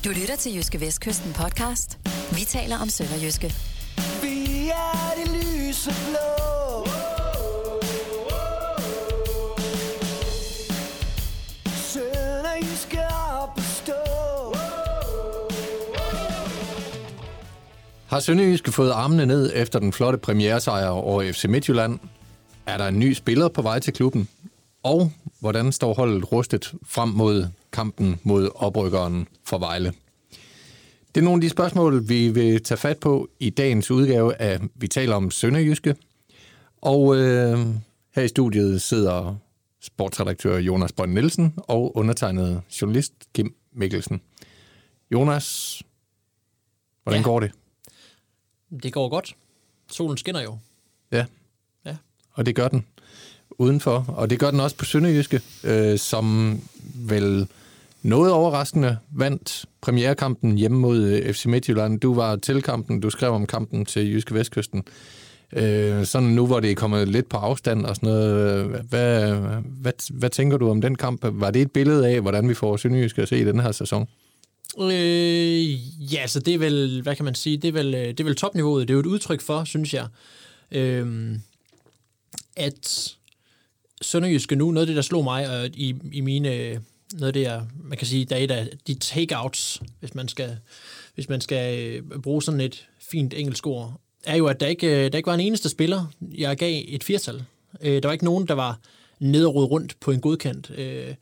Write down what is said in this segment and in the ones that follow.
Du lytter til Jyske Vestkysten podcast. Vi taler om sønderjyske. Vi er det lyseblå. Sønderjyske op at stå. Har Sønderjyske fået armene ned efter den flotte premieresejr over FC Midtjylland? Er der en ny spiller på vej til klubben? Og hvordan står holdet rustet frem mod kampen mod oprykkeren fra Vejle? Det er nogle af de spørgsmål, vi vil tage fat på i dagens udgave af Vi taler om Sønderjyske. Og her i studiet sidder sportsredaktør Jonas Bond Nielsen og undertegnet journalist Kim Mikkelsen. Jonas, hvordan går det? Det går godt. Solen skinner jo. Ja, og det gør den udenfor. Og det gør den også på Sønderjyske, som vel noget overraskende vandt premierekampen hjemme mod FC Midtjylland. Du var til kampen, du skrev om kampen til Jyske Vestkysten. Sådan nu, hvor det er kommet lidt på afstand og sådan noget. Hvad tænker du om den kamp? Var det et billede af, hvordan vi får Sønderjyske at se i den her sæson? Ja, så det er vel, hvad kan man sige, det er vel topniveauet. Det er jo et udtryk for, synes jeg, at Sønderjyske nu, noget af det, der slog mig og i mine, noget af det, man kan sige, der er et af de takeouts, hvis man skal bruge sådan et fint engelsk ord, er jo, at der ikke var en eneste spiller, jeg gav et 4-tal. Der var ikke nogen, der var nederrod rundt på en godkendt.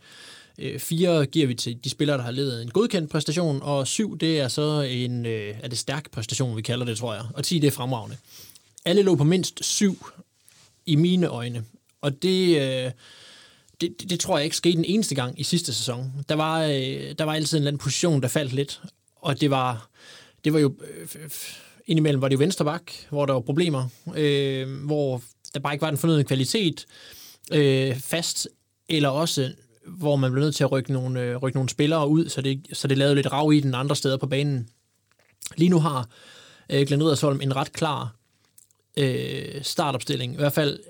4 giver vi til de spillere, der har levet en godkendt præstation, og 7, det er så en er det stærk præstation, vi kalder det, tror jeg. Og 10, det er fremragende. Alle lå på mindst 7 i mine øjne. Og det tror jeg ikke skete den eneste gang i sidste sæson. Der var altid en eller anden position, der faldt lidt, og det var jo indimellem var det jo venstre bak, hvor der var problemer, hvor der bare ikke var den fornødne kvalitet fast, eller også hvor man blev nødt til at rykke nogle spillere ud, så det lavede lidt rav i den andre steder på banen. Lige nu har Glenn Riddersholm en ret klar startopstilling. I hvert fald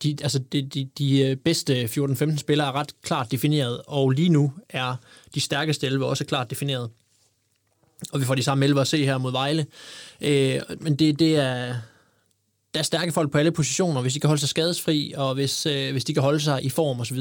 de bedste 14-15 spillere er ret klart defineret, og lige nu er de stærkeste 11 også klart defineret. Og vi får de samme 11 at se her mod Vejle. Men det er... Der er stærke folk på alle positioner. Hvis de kan holde sig skadesfri, og hvis de kan holde sig i form osv.,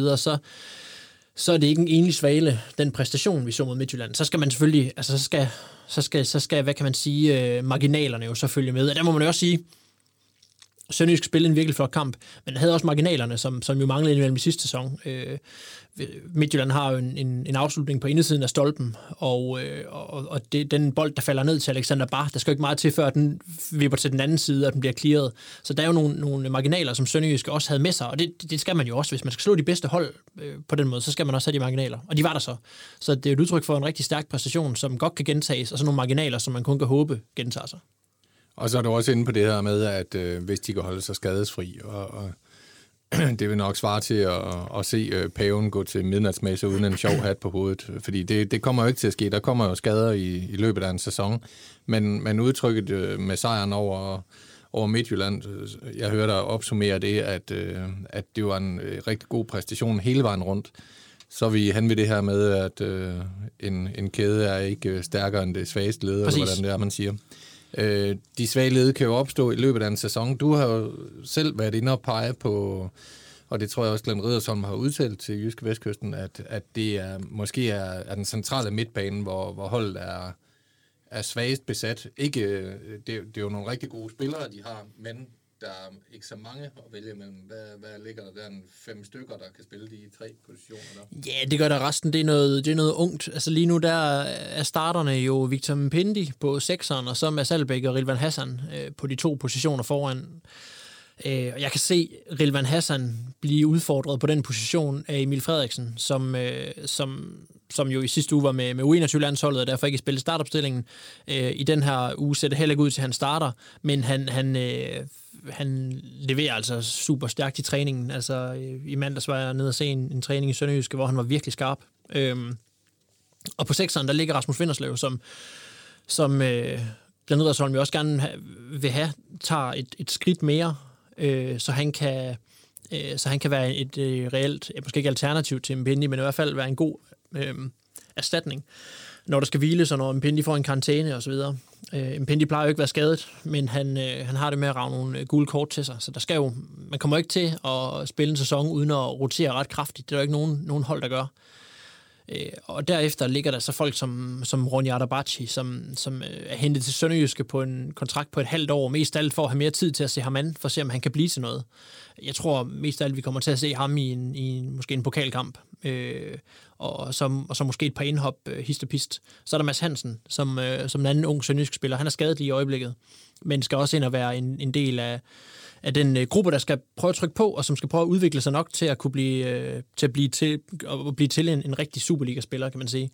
så er det ikke en enlig svale, den præstation, vi så mod Midtjylland. Så skal man selvfølgelig, altså så skal hvad kan man sige, marginalerne jo så følge med. Og der må man jo også sige, Sønderjysk spillede en virkelig flot kamp, men havde også marginalerne, som jo manglede indimellem i sidste sæson. Midtjylland har jo en afslutning på indersiden af stolpen, og den bold, der falder ned til Alexander Bach, der skal jo ikke meget til, før den vipper til den anden side, og den bliver clearet. Så der er jo nogle marginaler, som Sønderjysk også havde med sig, og det skal man jo også. Hvis man skal slå de bedste hold på den måde, så skal man også have de marginaler. Og de var der så. Så det er et udtryk for en rigtig stærk præstation, som godt kan gentages, og så nogle marginaler, som man kun kan håbe gentager sig. Og så er du også inde på det her med, at hvis de kan holde sig skadesfri, og det vil nok svare til at se paven gå til midnatsmesse uden en sjov hat på hovedet, fordi det kommer jo ikke til at ske. Der kommer jo skader i løbet af en sæson, men udtrykket med sejren over Midtjylland, jeg hørte dig opsummere det, at det var en rigtig god præstation hele vejen rundt. Så er vi hen ved det her med, at en kæde er ikke stærkere end det svageste led, eller hvordan det er, man siger. De svage led kan jo opstå i løbet af en sæson. Du har jo selv været inde og pege på, og det tror jeg også Glenn Riddersholm har udtalt til Jyske Vestkysten, at det måske er den centrale midtbane, hvor holdet er svagest besat. Ikke, det er jo nogle rigtig gode spillere, de har, men der er ikke så mange at vælge mellem. Hvad ligger der? Der er 5 stykker, der kan spille de 3 positioner der. Ja, det gør der resten. Det er noget ungt. Altså lige nu, der er starterne jo Victor Mpendi på 6'eren, og så Mads Albeck og Rilvan Hassan på de 2 positioner foran. Og jeg kan se Rilvan Hassan blive udfordret på den position af Emil Frederiksen, som jo i sidste uge var med U21-landsholdet, og derfor ikke spillede startopstillingen. I den her uge ser det heller ikke ud til, at han starter, men han leverer altså super stærkt i træningen. Altså i mandags var jeg nede og se en træning i Sønderjyske, hvor han var virkelig skarp. Og på 6'eren, der ligger Rasmus Vinderslev, som Glenn Riddersholm jo også gerne vil have, tager et skridt mere, så han kan være et reelt, måske ikke alternativ til Mpendi, men i hvert fald være en god erstatning, når der skal hviles, og når Mpendi får en karantæne og så videre. Mpendi plejer jo ikke at være skadet, men han har det med at rage nogle gule kort til sig, så der skal jo, man kommer ikke til at spille en sæson uden at rotere ret kraftigt. Det er der ikke nogen hold, der gør. Og derefter ligger der så folk som Ronny Ardabachi, som er hentet til Sønderjyske på en kontrakt på et halvt år, mest af alt for at have mere tid til at se ham an, for at se, om han kan blive til noget. Jeg tror mest af alt, vi kommer til at se ham i måske en pokalkamp, og så måske et par indhop hist og pist. Så er der Mads Hansen, som en anden ung sønderjysk spiller. Han er skadet lige i øjeblikket, men skal også ind og være en del af den gruppe, der skal prøve at trykke på, og som skal prøve at udvikle sig nok til at kunne blive til en rigtig Superliga-spiller, kan man sige.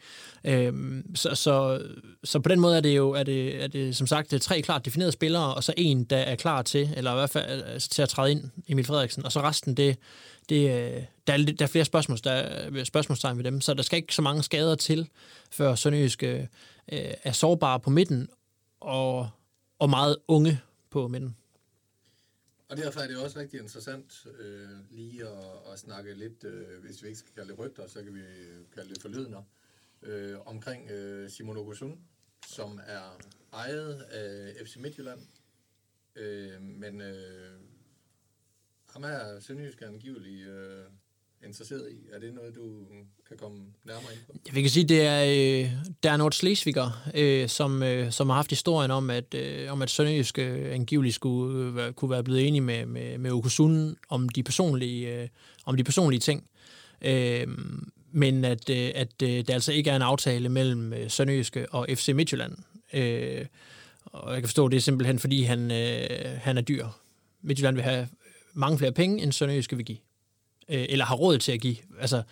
Så på den måde er det som sagt 3 klart definerede spillere, og så en, der er klar til, eller i hvert fald til at træde ind, Emil Frederiksen, og så resten, der er flere spørgsmålstegn ved dem, så der skal ikke så mange skader til, før Sønderjyske er sårbare på midten, og meget unge på midten. Og derfor er det også rigtig interessant lige at snakke lidt, hvis vi ikke skal kalde det rygter, så kan vi kalde det forlydender, omkring Simon Ogusun, som er ejet af FC Midtjylland, men ham er Sønderjysk angiveligt interesseret i. Er det noget, du kan komme nærmere ind på? Jeg vil sige, det er Nord Slesviger, som har haft historien om, at Sønderjysk angiveligt kunne være blevet enige med Ogusun om de personlige ting. Men at der altså ikke er en aftale mellem Sønderjyske og FC Midtjylland. Og jeg kan forstå, det er simpelthen, fordi han er dyr. Midtjylland vil have mange flere penge, end Sønderjyske vil give. Eller har råd til at give. Altså,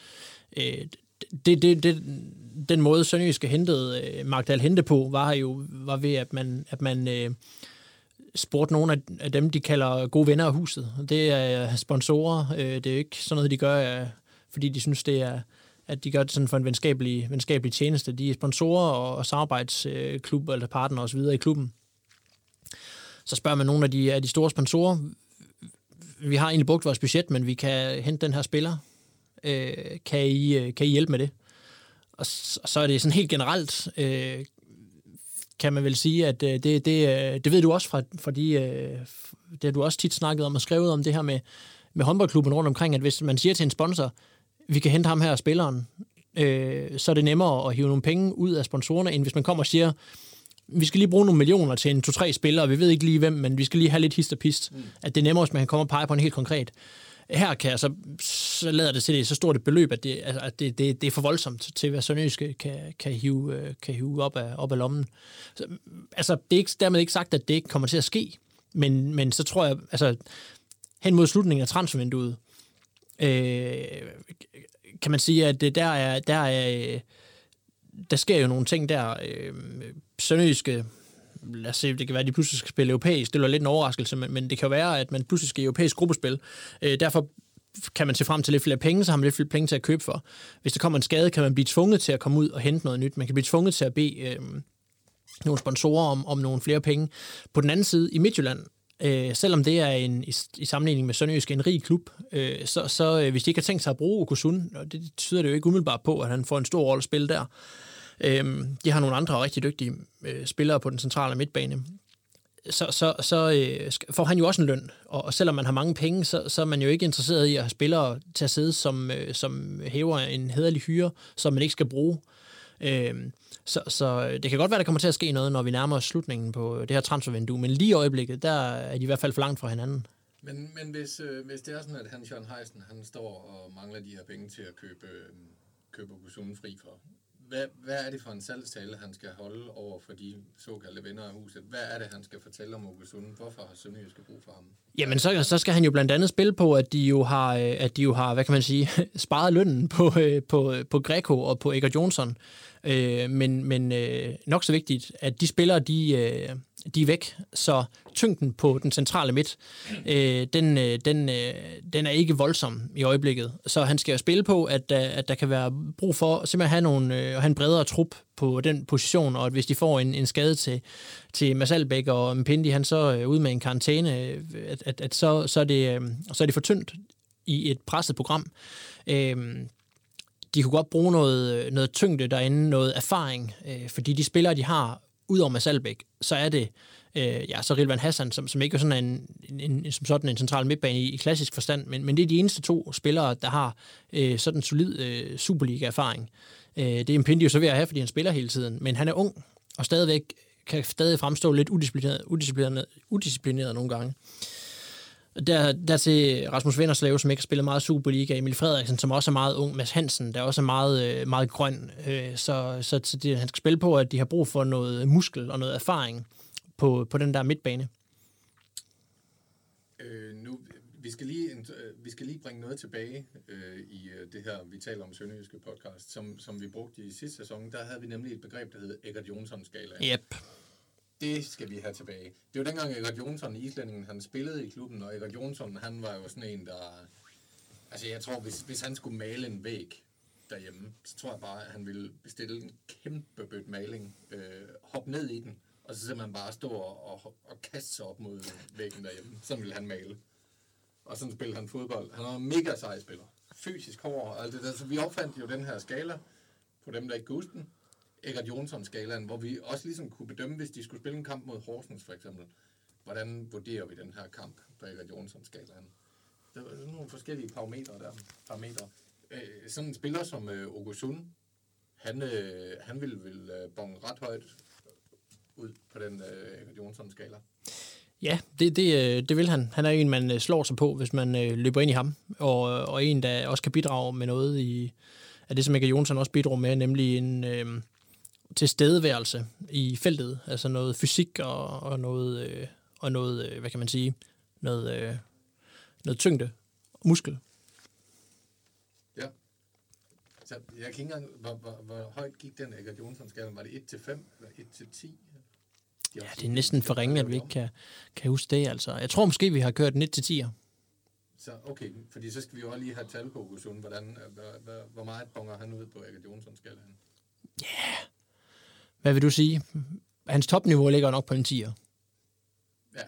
den måde Sønderjyske hentede Magdal Hente på, var ved, at man spurgte nogle af dem, de kalder gode venner af huset. Det er sponsorer. Det er ikke sådan noget, de gør, fordi de synes, at de gør det sådan for en venskabelig tjeneste. De er sponsorer og samarbejdsklub eller partner osv. i klubben. Så spørger man nogle af de store sponsorer, vi har egentlig brugt vores budget, men vi kan hente den her spiller. Kan I hjælpe med det? Og så er det sådan helt generelt, kan man vel sige, at det ved du også fra det har du også tit snakket om og skrevet om det her med håndboldklubben rundt omkring, at hvis man siger til en sponsor, vi kan hente ham her spilleren, så er det nemmere at hive nogle penge ud af sponsorerne, end hvis man kommer og siger, vi skal lige bruge nogle millioner til en 2-3 spillere, og vi ved ikke lige hvem, men vi skal lige have lidt hist og pist. At det er nemmere, hvis man kan komme og pege på en helt konkret. Her kan jeg så lader det til det så stort et beløb, at det er for voldsomt til, hvad Sønderjyske kan hive op af lommen. Så, altså, det er ikke, dermed ikke sagt, at det ikke kommer til at ske, men så tror jeg, altså, hen mod slutningen af transfervinduet, kan man sige, at der sker jo nogle ting der. Sønderjyske, lad os se, det kan være, at de pludselig skal spille europæisk. Det er lidt en overraskelse, men det kan jo være, at man pludselig skal i europæisk gruppespil. Derfor kan man se frem til lidt flere penge, så har man lidt flere penge til at købe for. Hvis der kommer en skade, kan man blive tvunget til at komme ud og hente noget nyt. Man kan blive tvunget til at bede nogle sponsorer om nogle flere penge. På den anden side, i Midtjylland, selvom det er i sammenligning med Sønderjysk en rig klub, så hvis de ikke har tænkt sig at bruge Ogusun, og det tyder det jo ikke umiddelbart på, at han får en stor rolle at spille der. De har nogle andre rigtig dygtige spillere på den centrale midtbane. Så får han jo også en løn, og selvom man har mange penge, så er man jo ikke interesseret i at have spillere til at sidde, som hæver en hæderlig hyre, som man ikke skal bruge. Så det kan godt være, der kommer til at ske noget, når vi nærmer os slutningen på det her transfervindue, men lige i øjeblikket, der er de i hvert fald for langt fra hinanden. Men hvis det er sådan, at Hans-Jørgen Heisen, han står og mangler de her penge til at købe Ogusun fri for, hvad er det for en salgstale, han skal holde over for de såkaldte venner af huset? Hvad er det, han skal fortælle om Ogusun? Hvorfor har Sønderjyske brug for ham? Jamen, så skal han jo blandt andet spille på, at de jo har, hvad kan man sige, sparet lønnen på Greco og på Edgar Johnson. Men nok så vigtigt, at de spillere, de er væk, så tyngden på den centrale midt, den er ikke voldsom i øjeblikket. Så han skal jo spille på, at der kan være brug for simpelthen at have en bredere trup på den position, og at hvis de får en skade til Mads Albeck og Mpendi, han så ud med en karantæne, så er det for tyndt i et presset program. de kunne godt bruge noget tyngde derinde, noget erfaring, fordi de spillere, de har, udover Mads Albeck, så er det så Rilvan Hassan, som ikke er sådan en central midtbane i klassisk forstand, men det er de eneste 2 spillere, der har sådan en solid Superliga-erfaring. Det er Mpindi jo så ved at have, fordi han spiller hele tiden, men han er ung, og kan stadig fremstå lidt udisciplineret nogle gange. Der til Rasmus Vennerslev, som ikke har spillet meget Superliga, Emil Frederiksen, som også er meget ung, Mads Hansen, der også er meget, meget grøn. Så det, han skal spille på, at de har brug for noget muskel og noget erfaring på den der midtbane. Vi skal lige bringe noget tilbage i det her, vi taler om Sønderjyske podcast, som vi brugte i sidste sæson. Der havde vi nemlig et begreb, der hed Eggert Jonsson-skalaen. Yep. Det skal vi have tilbage. Det var dengang Eggert Jonsson, islændingen, han spillede i klubben, og Eggert Jonsson, han var jo sådan en, der... Altså, jeg tror, hvis han skulle male en væg derhjemme, så tror jeg bare, at han ville bestille en kæmpe bødt maling, hoppe ned i den, og så simpelthen bare stå og kaste sig op mod væggen derhjemme. Sådan ville han male. Og sådan spillede han fodbold. Han var en mega sej spiller. Fysisk hård og alt det der. Så vi opfandt jo den her skala, på dem, der ikke kan huske den, Eggert Jonsson-skalaen, hvor vi også ligesom kunne bedømme, hvis de skulle spille en kamp mod Horsens for eksempel, hvordan vurderer vi den her kamp på Eggert Jonsson-skalaen. Der var nogle forskellige parametre der. Sådan en spiller som Ogusun, han ville vel bonge ret højt ud på den Eggert Jonsson-skala. Ja, det vil han. Han er en, man slår sig på, hvis man løber ind i ham, og en, der også kan bidrage med noget af det, som Eggert Jonsson også bidrager med, nemlig en tilstedeværelse i feltet, altså noget fysik og noget, hvad kan man sige, noget tyngde, muskel. Ja. Så jeg kan ikke engang, hvor højt gik den Eggert Jonsson-skala? Var det 1-5 eller 1-10? Ja, det er næsten for ringe, at vi ikke kan huske det, altså. Jeg tror måske, vi har kørt 1-10'er. Så okay, fordi så skal vi jo også lige have tal på Ogusun. Hvor meget bonger han ud på Eggert Jonsson-skalaen? Ja, yeah. Hvad vil du sige? Hans topniveau ligger nok på en 10'er. Ja.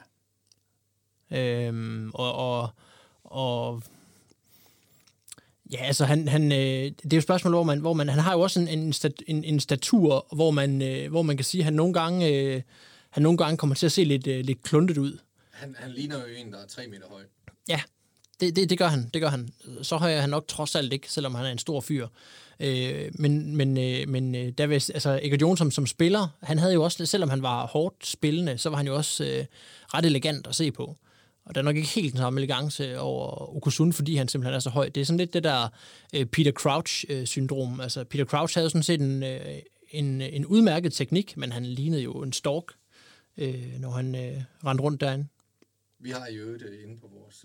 Ja, altså det er jo et spørgsmål, hvor man han har jo også en statur, hvor man kan sige, at han nogle gange kommer til at se lidt kluntet ud. Han ligner jo en, der er 3 meter høj. Ja, det gør han. Så høj er han nok trods alt ikke, selvom han er en stor fyr. Men der vil, altså Eggert Jonsson som spiller, han havde jo også, selvom han var hårdt spillende, så var han jo også ret elegant at se på. Og der er nok ikke helt den samme elegance over Ogusun, fordi han simpelthen er så høj. Det er sådan lidt det der Peter Crouch-syndrom. Altså Peter Crouch havde sådan set en udmærket teknik, men han lignede jo en stork, når han rendte rundt derinde. Vi har jo inde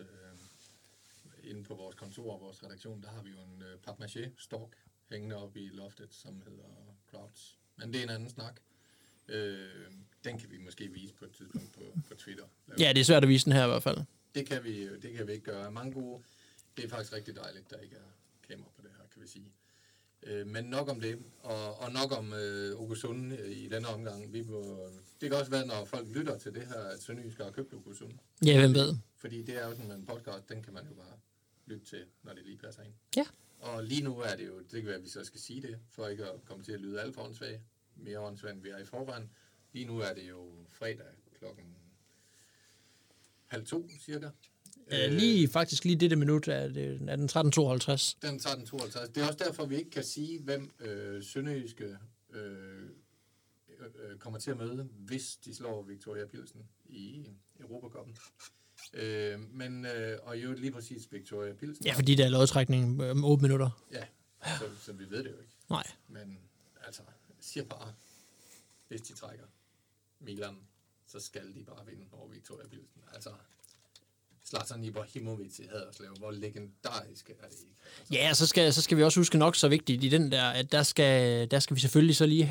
på vores kontor og vores redaktion, der har vi jo en papmaché-stork hængende oppe i loftet, som hedder Crouch. Men det er en anden snak. Den kan vi måske vise på et tidspunkt på Twitter. Ja, det er svært at vise den her i hvert fald. Det kan vi ikke gøre. Mange gode. Det er faktisk rigtig dejligt, der ikke er kamera på det her, kan vi sige. Men nok om det, og nok om Ogusun i denne omgang. Det kan også være, når folk lytter til det her, at Sønderjyske har købt Ogusun. Ja, hvem ved. Fordi det er jo sådan en podcast, den kan man jo bare lytte til, når det lige passer ind. Ja. Og lige nu er det jo, det kan være, at vi så skal sige det, for ikke at komme til at lyde alt for åndssvagt. Mere åndssvagt, end vi er i forvejen. Lige nu er det jo fredag klokken 1:30 cirka. Faktisk lige dette minut er den 13.52. Den 13.52. Det er også derfor, vi ikke kan sige, hvem Sønderjyske kommer til at møde, hvis de slår Victoria Pilsen i Europacupen. Og jo lige præcis Victoria Pilsen. Ja, fordi der er lodtrækning om 8 minutter. Ja, så vi ved det jo ikke. Nej. Men altså, siger bare, hvis de trækker Milan, så skal de bare vinde over Victoria Pilsen. Altså, Zlatan Ibrahimovic i Haderslev, hvor legendarisk er det ikke? Altså. Ja, så skal vi også huske nok så vigtigt i den der, at der skal vi selvfølgelig så lige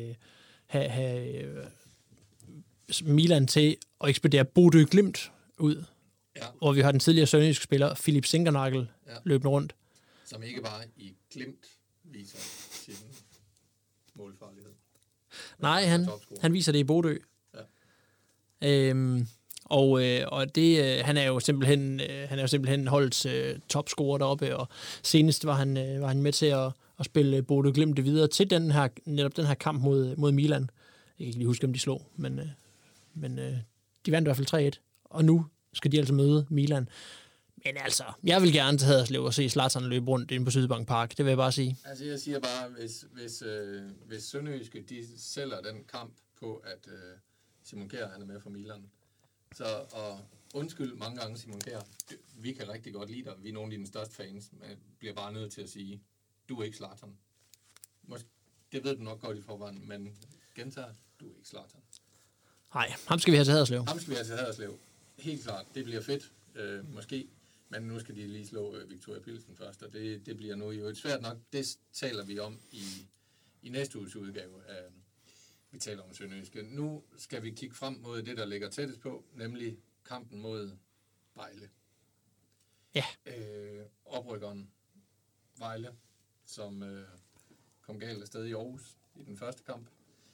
have Milan til at ekspedere Bodø Glimt ud, ja. Hvor vi har den tidligere sønderjyske spiller, Philip Sinkernagel, løbende rundt. Som ikke bare i Glimt viser sin målfarlighed. Nej, han viser det i Bodø. Ja. Og det, han er jo simpelthen holdets topscorer deroppe, og senest var han med til at spille Bodø Glimt videre til netop den her kamp mod Milan. Jeg kan ikke lige huske, om de slog, men de vandt i hvert fald 3-1. Og nu skal de altså møde Milan. Men altså, jeg vil gerne til Haderslev og se Zlatan løbe rundt inde på Sydbank Park. Det vil jeg bare sige. Altså, jeg siger bare, hvis Sønderjyske, de sælger den kamp på, at Simon Kjær, han er med for Milan. Så, og undskyld mange gange, Simon Kjær. Vi kan rigtig godt lide dig. Vi er nogle af dine største fans. Men bliver bare nødt til at sige, du er ikke Zlatan. Det ved du nok godt i forvejen, men gentager, du er ikke Zlatan. Nej, ham skal vi have til Haderslev. Ham skal vi have til Haderslev. Helt klart. Det bliver fedt, måske. Men nu skal de lige slå Victoria Pilsen først, og det bliver nu jo et svært nok. Det taler vi om i næste uges udgave af Vi taler om Sønderjyske. Nu skal vi kigge frem mod det, der ligger tættest på, nemlig kampen mod Vejle. Ja. Oprykkeren Vejle, som kom galt afsted i Aarhus i den første kamp.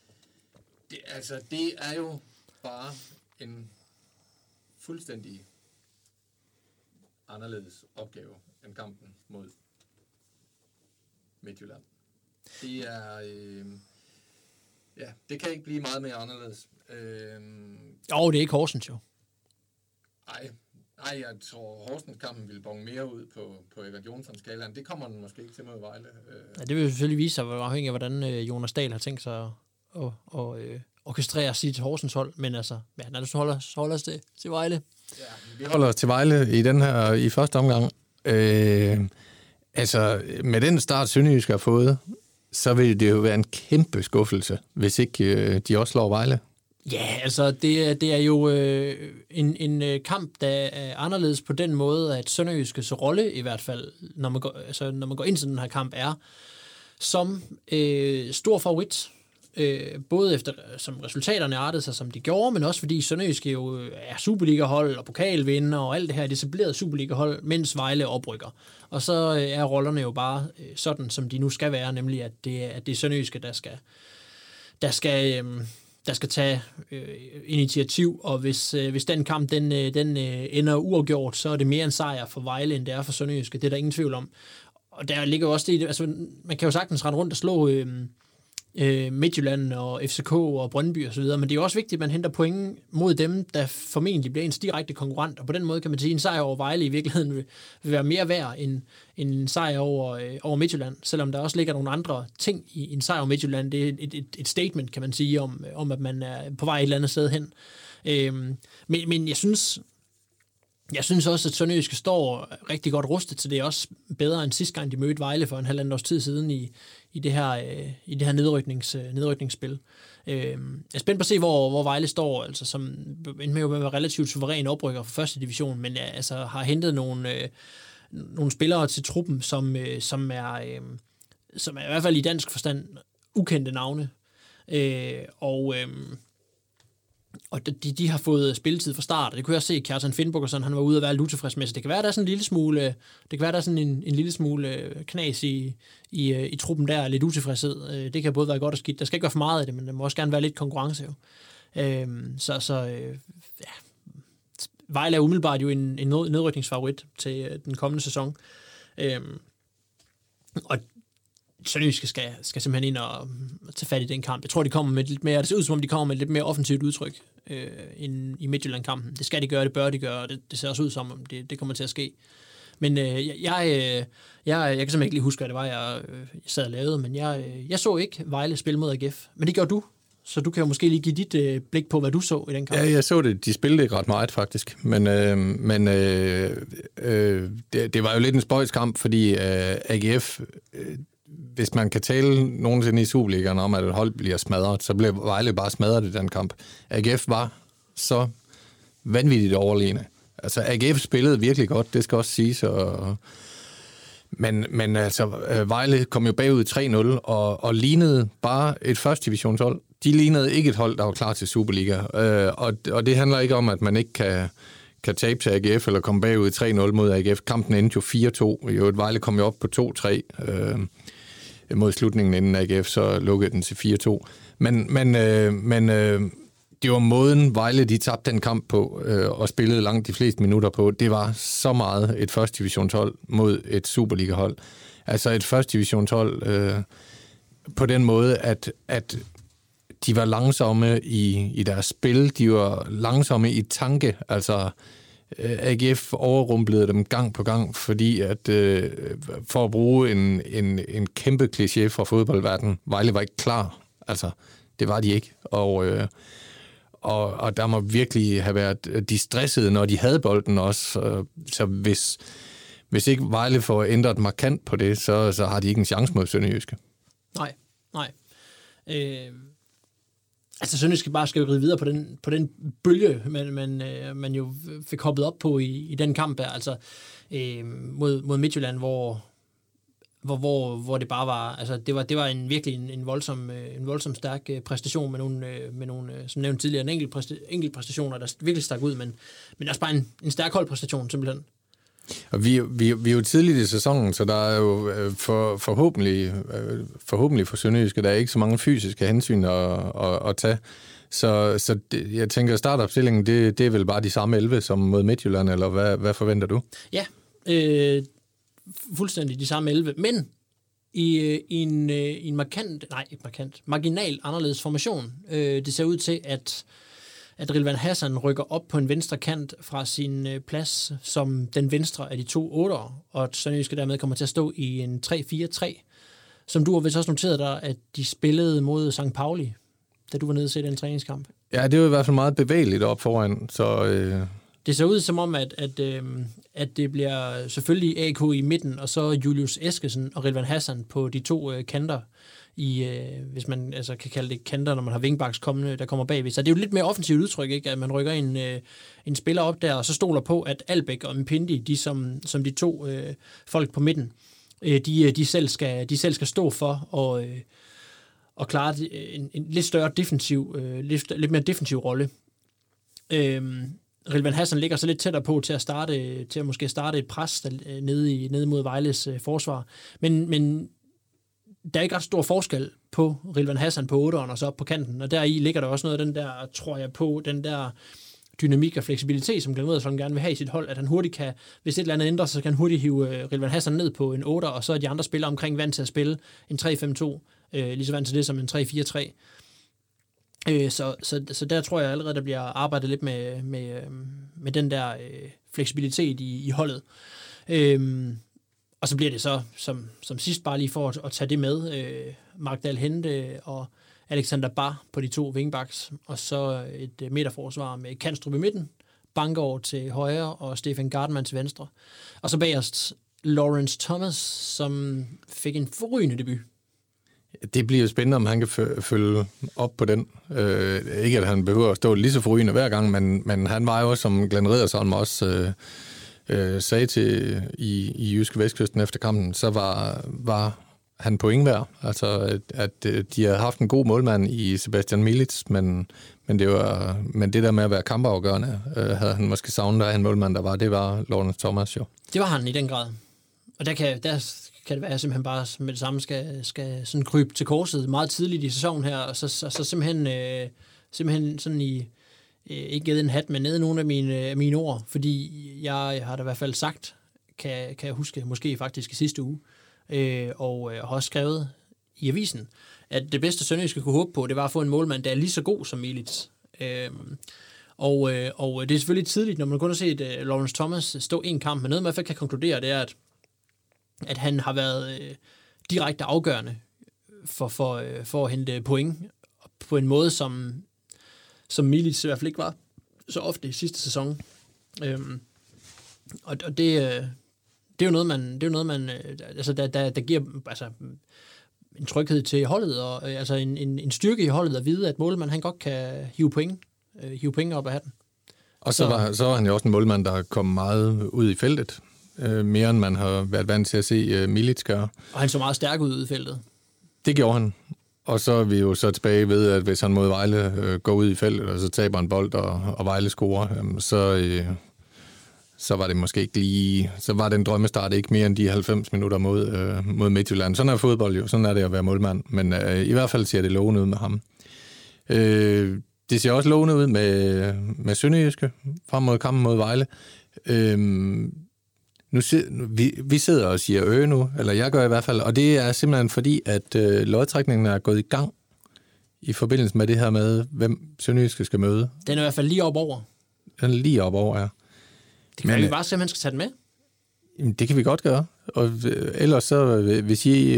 Det er jo bare en fuldstændig anderledes opgave end kampen mod Midtjylland. Det er... det kan ikke blive meget mere anderledes. Det er ikke Horsens jo. Nej, jeg tror, Horsens-kampen ville bonge mere ud på Evert Jonsson-skalaen. Det kommer den måske ikke til mod Vejle. Ja, det vil selvfølgelig vise sig, afhængig af, hvordan Jonas Dahl har tænkt sig at orkestrere sit Horsens hold. Men altså, lad os holde os til Vejle. Ja, vi holder os til Vejle i første omgang. Med den start, Sønderjyske har fået, så vil det jo være en kæmpe skuffelse, hvis ikke de også slår Vejle. Ja, altså det er jo en kamp, der er anderledes på den måde, at Sønderjyskes rolle i hvert fald, når man går ind til den her kamp, er som stor favorit. Både efter, som resultaterne artede sig, som de gjorde, men også fordi Sønderjyske jo er Superliga-hold og pokalvinder og alt det her etablerede Superliga-hold, mens Vejle oprykker. Og så er rollerne jo bare sådan, som de nu skal være, nemlig at det er Sønderjyske, der skal tage initiativ, og hvis den kamp den ender uafgjort, så er det mere en sejr for Vejle, end det er for Sønderjyske. Det er der ingen tvivl om. Og der ligger jo også det, altså man kan jo sagtens rende rundt og slå Midtjylland og FCK og Brøndby og så videre, men det er jo også vigtigt, at man henter point mod dem, der formentlig bliver ens direkte konkurrent, og på den måde kan man sige, at en sejr over Vejle i virkeligheden vil være mere værd end en sejr over Midtjylland, selvom der også ligger nogle andre ting i en sejr over Midtjylland. Det er et statement, kan man sige, om at man er på vej et eller andet sted hen. Men jeg synes også, at Sønderjyske står rigtig godt rustet til det. Er også bedre end sidste gang, de mødte Vejle for en halvandet års tid siden i det her nedrykningsspil. Jeg er spændt på at se, hvor Vejle står, altså som med at være relativt suveræn oprykker for første division, men altså har hentet nogle spillere til truppen, som er i hvert fald i dansk forstand ukendte navne. Og de har fået spilletid fra start. Det kunne jeg se, at Kjartan Finnbogason, sådan, han var ude at være lidt utilfreds med. Så det kan være, der er sådan en lille smule knas i truppen der, lidt utilfredshed. Det kan både være godt og skidt. Der skal ikke være for meget af det, men der må også gerne være lidt konkurrence jo. Vejle er umiddelbart jo en nedrykningsfavorit til den kommende sæson. Og Sønderjyske skal simpelthen ind og tage fat i den kamp. Jeg tror, de kommer med lidt mere, det ser ud som om, de kommer med lidt mere offensivt udtryk end i Midtjylland-kampen. Det skal de gøre, det bør de gøre, og det ser også ud som om, det kommer til at ske. Men jeg kan simpelthen ikke lige huske, hvad det var, jeg sad og lavede, men jeg så ikke Vejle spille mod AGF. Men det gjorde du, så du kan jo måske lige give dit blik på, hvad du så i den kamp. Ja, jeg så det. De spillede ikke ret meget, faktisk. Men det var jo lidt en spøjskamp, fordi AGF... hvis man kan tale nogensinde i Superligaen om, at et hold bliver smadret, så bliver Vejle bare smadret i den kamp. AGF var så vanvittigt overlegne. Altså, AGF spillede virkelig godt, det skal også siges. Men altså, Vejle kom jo bagud 3-0 og lignede bare et første divisionshold. De lignede ikke et hold, der var klar til Superliga. Og det handler ikke om, at man ikke kan tabe til AGF eller komme bagud 3-0 mod AGF. Kampen endte jo 4-2. Jo, Vejle kom jo op på 2-3 mod slutningen inden AGF, så lukkede den til 4-2. Men det var måden, Vejle de tabte den kamp på og spillede langt de fleste minutter på. Det var så meget et første divisionshold mod et Superliga-hold. Altså et første divisionshold på den måde, at de var langsomme i deres spil, de var langsomme i tanke, altså AGF overrumplede dem gang på gang, fordi at for at bruge en kæmpe kliché fra fodboldverdenen, Vejle var ikke klar, altså det var de ikke, og der må virkelig have været de stressede, når de havde bolden også, så hvis ikke Vejle får ændret markant på det, så har de ikke en chance mod Sønderjyske. Nej. Altså Sønderjyske bare skal ride videre på den bølge, man jo fik hoppet op på i den kamp der, altså mod Midtjylland, hvor det bare var, altså det var virkelig en voldsom stærk præstation med nogle som nævnt tidligere, en enkelt præstationer, der virkelig stak ud, men også bare en stærk holdpræstation simpelthen. Og vi er jo tidligt i sæsonen, så der er jo forhåbentlig for Sønderjyske, der er ikke så mange fysiske hensyn at tage. Så jeg tænker, startopstillingen, det er vel bare de samme 11 som mod Midtjylland, eller hvad forventer du? Ja, fuldstændig de samme 11, men i en marginal anderledes formation. Det ser ud til, at Rilvan Hassan rykker op på en venstre kant fra sin plads som den venstre af de 2 8'ere, og at Sønderjyske dermed kommer til at stå i en 3-4-3, som du har vist også noteret dig, at de spillede mod St. Pauli, da du var nede og se den træningskamp. Ja, det var i hvert fald meget bevægeligt op foran, så... Det ser ud som om, at det bliver selvfølgelig AK i midten, og så Julius Eskesen og Rilvan Hassan på de 2 kanter, hvis man altså kan kalde det kanter, når man har wingbacks kommende, der kommer bagved. Så det er jo lidt mere offensivt udtryk, ikke? At man rykker en spiller op der, og så stoler på, at Albæk og Mpindi, de som de 2 folk på midten, de selv skal stå for og klare en lidt større defensiv, lidt mere defensiv rolle. Rilvan Hassan ligger så lidt tættere på til at måske starte et pres nede mod Vejles forsvar. Men der er ikke ret stor forskel på Rilvan Hassan på 8'eren og så op på kanten, og deri ligger der også noget af den der, tror jeg på, den der dynamik og fleksibilitet, som Glenn Riddersholm gerne vil have i sit hold, at han hurtigt kan, hvis et eller andet ændrer, så kan han hurtigt hive Rilvan Hassan ned på en 8'er, og så er de andre spillere omkring vant til at spille en 3-5-2, lige så vant til det som en 3-4-3. Så der tror jeg allerede, der bliver arbejdet lidt med den der fleksibilitet i holdet. Og så bliver det så, som sidst bare lige for at tage det med, Mark Dahl Hente og Alexander Bar på de 2 wingbacks, og så et midterforsvar med Kanstrup i midten, Bankgaard til højre og Stefan Gartmann til venstre. Og så bagerst Lawrence Thomas, som fik en forrygende debut. Det bliver jo spændende, om han kan følge op på den. Ikke at han behøver at stå lige så forrygende hver gang, men han var jo, som Glenn Riddersholm også sagde til i Jyske Vestkysten efter kampen, så var han point værd. Altså, at de havde haft en god målmand i Sebastian Milic, men det der med at være kampafgørende, havde han måske savnet af en målmand, det var Lawrence Thomas jo. Det var han i den grad. Og der kan det være, at jeg simpelthen bare med det samme skal sådan krybe til korset meget tidligt i sæsonen her, og så simpelthen sådan ikke givet en hat, men nede nogle af mine ord, fordi jeg har da i hvert fald sagt, kan jeg huske, måske faktisk i sidste uge, og har også skrevet i avisen, at det bedste Sønderjyske kunne håbe på, det var at få en målmand, der er lige så god som Milic. Og det er selvfølgelig tidligt, når man kun har set Lawrence Thomas stå en kamp, men noget man i hvert fald kan konkludere, det er, at han har været direkte afgørende for at hente point på en måde, som Milic i hvert fald ikke var så ofte i sidste sæson. Og det er jo noget man altså der giver altså en tryghed til holdet, og altså en styrke i holdet at vide, at målmanden han godt kan hive point op af hatten. Og så var han jo også en målmand, der kom meget ud i feltet. Mere end man har været vant til at se Milic gøre. Og han så meget stærk ud i feltet. Det gjorde han. Og så er vi jo så tilbage ved, at hvis han mod Vejle går ud i feltet, og så taber en bold, og Vejle scorer, så var det måske ikke lige... Så var den drømmestart ikke mere end de 90 minutter mod Midtjylland. Sådan er fodbold jo. Sådan er det at være målmand. Men i hvert fald ser det lovende ud med ham. Det ser også lovende ud med Sønderjyske frem mod kampen mod Vejle. Vi sidder og siger nu, eller jeg gør i hvert fald, og det er simpelthen fordi, at lodtrækningen er gået i gang i forbindelse med det her med, hvem Sønderjyske skal møde. Den er i hvert fald lige op over. Den er lige op over, ja. Det kan vi bare se, om man skal tage den med. Jamen, det kan vi godt gøre. Og ellers så, hvis I...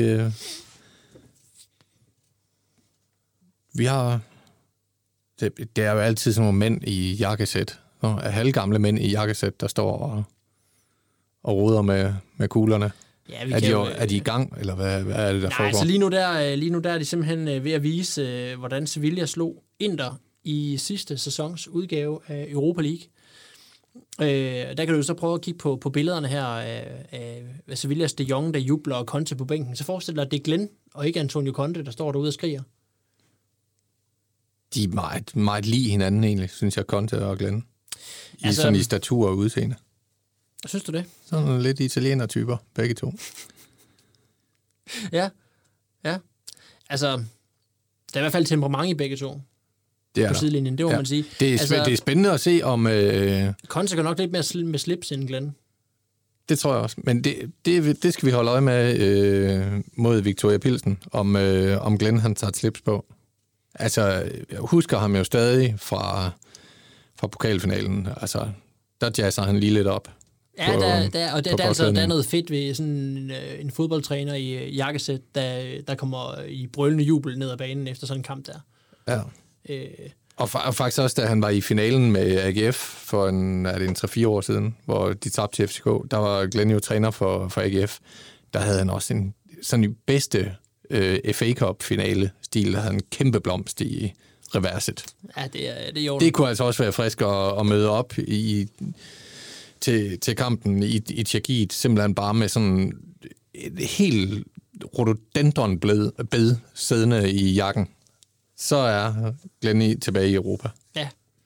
vi har... Det er jo altid sådan nogle mænd i jakkesæt. Halvgamle mænd i jakkesæt, der står og roder med kuglerne. Ja, er de i gang, eller hvad er det, der foregår? Altså lige nu der er de simpelthen ved at vise, hvordan Sevilla slog Inter i sidste sæsons udgave af Europa League. Der kan du så prøve at kigge på billederne her af Sevillas de Jong, der jubler, og Conte på bænken. Så forestil dig, at det er Glenn, og ikke Antonio Conte, der står derude og skriger. De er meget, meget lige hinanden egentlig, synes jeg, Conte og Glenn. Sådan i statur og udseende. Synes du det? Sådan lidt italiener-typer, begge to. Ja. Altså, der er i hvert fald temperament i begge to. Det er på sidelinjen, det må man sige. Det er spændende at se, om... Conte går nok lidt mere med slips end Glenn. Det tror jeg også. Men det skal vi holde øje med mod Victoria Pilsen, om Glenn han tager et slips på. Altså, jeg husker ham jo stadig fra pokalfinalen. Altså, der jazzer han lige lidt op. Ja, der er noget fedt ved sådan en fodboldtræner i jakkesæt, der kommer i brølende jubel ned ad banen efter sådan en kamp der. Ja. Og faktisk også, da han var i finalen med AGF for en 3-4 år siden, hvor de tabte til FCK, der var Glenn jo træner for AGF. Der havde han også sådan i bedste FA Cup-finale-stil, der havde en kæmpe blomst i reverset. Ja, det er jo. Det kunne altså også være frisk at møde op til kampen i Tjekkiet, simpelthen bare med sådan et helt rhododendron-bed siddende i jakken. Så er Glenn tilbage i Europa. Ja.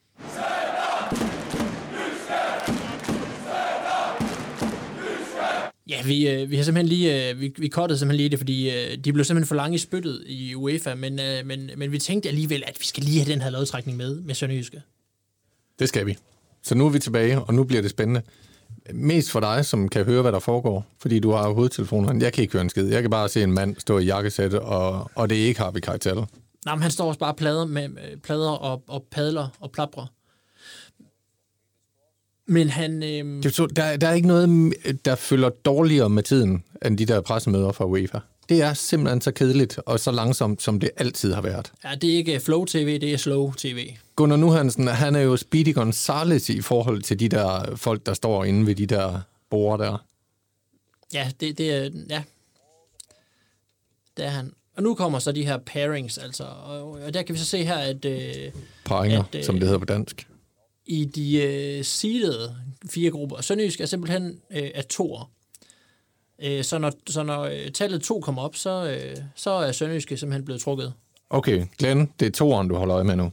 Ja, vi har simpelthen lige vi cuttede simpelthen lige det, fordi de blev simpelthen for lange i spyttet i UEFA, men vi tænkte alligevel, at vi skal lige have den her lodtrækning med Sønderjyske. Det skal vi. Så nu er vi tilbage, og nu bliver det spændende. Mest for dig, som kan høre, hvad der foregår, fordi du har hovedtelefonen. Jeg kan ikke høre en skid. Jeg kan bare se en mand stå i jakkesæt, og det er ikke Harvey Keitel. Nej, men han står også bare plader og padler og plaprer. Men han... Der er ikke noget, der følger dårligere med tiden, end de der pressemøder fra UEFA. Det er simpelthen så kedeligt og så langsomt, som det altid har været. Ja, det er ikke Flow TV, det er Slow TV. Gunnar Nuhansen, han er jo Speedy Gonzales i forhold til de der folk, der står inde ved de der borde der. Ja, det er... Ja. Det er han. Og nu kommer så de her pairings, altså. Og der kan vi så se her, at... Paringer, som det hedder på dansk. I de seedede 4 grupper. Sønderjysk er simpelthen af 2'er. Så når tallet 2 kommer op, så er Sønderjyske simpelthen blevet trukket. Okay, Glenn, det er 2'eren, du holder øje med nu.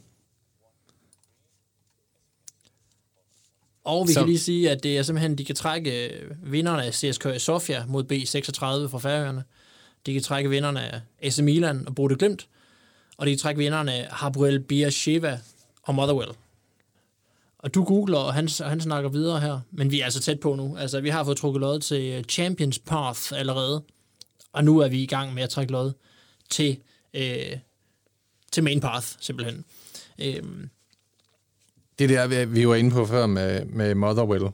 Og vi kan lige sige, at det er simpelthen, de kan trække vinderne af CSKA Sofia mod B36 fra Færøerne. De kan trække vinderne af AC Milan og Bodø Glimt. Og de kan trække vinderne af Hapoel Beersheva og Motherwell. Og du googler, og han snakker videre her. Men vi er altså tæt på nu. Altså, vi har fået trukket lod til Champions Path allerede. Og nu er vi i gang med at trække lod til Main Path, simpelthen. Det der, vi var inde på før med Motherwell,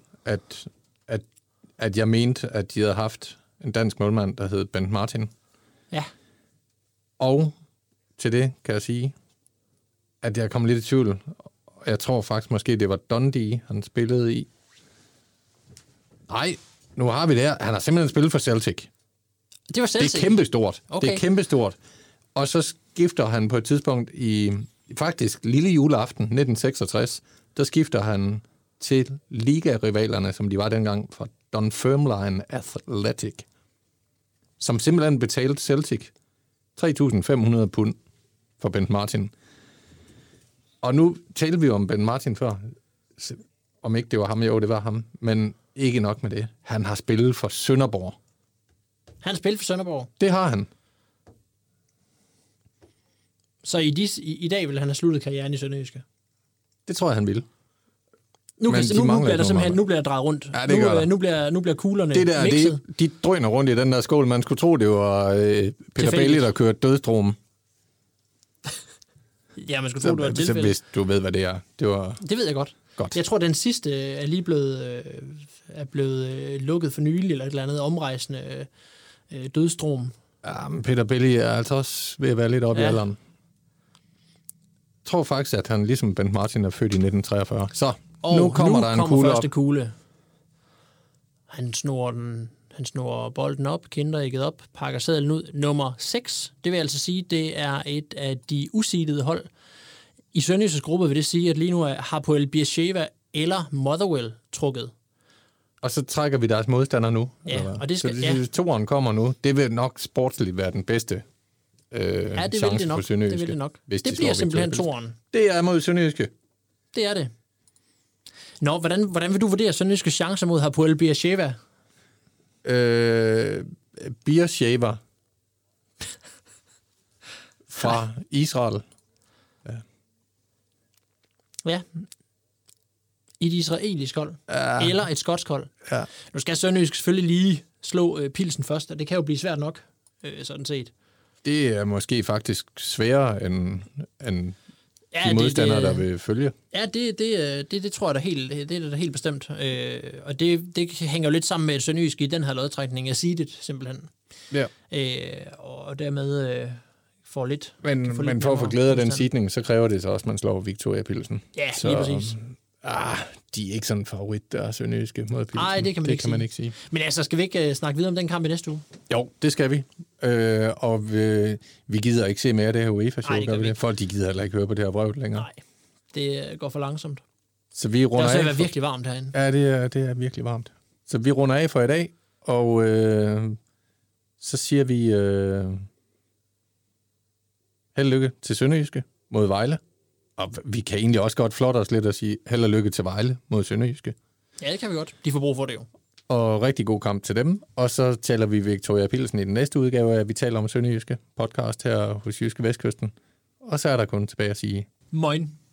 at jeg mente, at de havde haft en dansk målmand, der hed Bent Martin. Ja. Og til det kan jeg sige, at jeg kom lidt i tvivl. Jeg tror faktisk måske, det var Dundee, han spillede i. Nej, nu har vi det her. Han har simpelthen spillet for Celtic. Det var Celtic? Det er kæmpestort. Okay. Det er kæmpestort. Og så skifter han på et tidspunkt i faktisk lille juleaften 1966, der skifter han til liga-rivalerne, som de var dengang, fra Dunfermline Athletic, som simpelthen betalte Celtic 3.500 pund for Bent Martin. Og nu talte vi om Bent Martin før. Om ikke det var ham, jo, det var ham. Men ikke nok med det. Han har spillet for Sønderborg. Han har spillet for Sønderborg? Det har han. Så i dag vil han have sluttet karrieren i Sønderjyske? Det tror jeg, han vil. Nu Men de mangler bliver der ikke simpelthen, noget nu bliver der drejet rundt. Ja, det gør der. Nu bliver kuglerne Det der, mixet. de drøner rundt i den der skål. Man skulle tro, det var Peter Bailey, der kørte dødstrom. Ja, man skulle tro, det var et Så tilfælde. hvis du ved, hvad det er. Det ved jeg godt. Jeg tror, den sidste er lige blevet lukket for nylig, eller et eller andet omrejsende dødstrom. Ja, men Peter Bailey er altså også ved at være lidt oppe i alderen. Jeg tror faktisk, at han ligesom Bent Martin er født i 1943. Så, nu kommer der en kugle første op. kugle. Han snor bolden op, kinderægget op, pakker sedlen ud. Nummer 6, det vil altså sige, det er et af de useedede hold. I Sønderjyskes gruppe vil det sige, at lige nu er Hapoel Beersheva eller Motherwell trukket. Og så trækker vi deres modstander nu. Ja, og det skal, så toeren kommer nu. Det vil nok sportsligt være den bedste chance for Sønderjyske. Det vil det nok. Det bliver simpelthen toeren. Det er mod Sønderjyske. Det er det. Nå, hvordan vil du vurdere Sønderjyskes chancer mod Hapoel Beersheva? Beersheva fra Israel. Ja. Et israelisk hold. Eller et skotsk hold. Ja. Nu skal Sønderjysk selvfølgelig lige slå Pilsen først, og det kan jo blive svært nok, sådan set. Det er måske faktisk sværere end de modstandere, der vil følge. Ja, det tror jeg da helt bestemt. Og det hænger jo lidt sammen med Sønderjysk i den her lodtrækning af seedet, simpelthen. Ja. Og dermed får lidt... Men for at få glæde af den seedning, så kræver det så også, at man slår Victoria Pilsen. Ja, lige præcis. De er ikke sådan en favorit, der er Sønderjyske mod Pilsen. Nej, det kan man ikke sige. Men altså, skal vi ikke snakke videre om den kamp i næste uge? Jo, det skal vi. Og vi gider ikke se mere af det her UEFA-show. Nej, folk, de gider heller ikke høre på det her vrøvl længere. Nej, det går for langsomt. Så vi runder af. Det er virkelig varmt herinde. Ja, det er virkelig varmt. Så vi runder af for i dag, og så siger vi held og lykke til Sønderjyske mod Vejle. Og vi kan egentlig også godt flotte os lidt og sige held og lykke til Vejle mod Sønderjyske. Ja, det kan vi godt. De får brug for det jo. Og rigtig god kamp til dem. Og så taler vi Victoria Pilsen i den næste udgave af Vi taler om Sønderjyske podcast her hos Jyske Vestkysten. Og så er der kun tilbage at sige moin.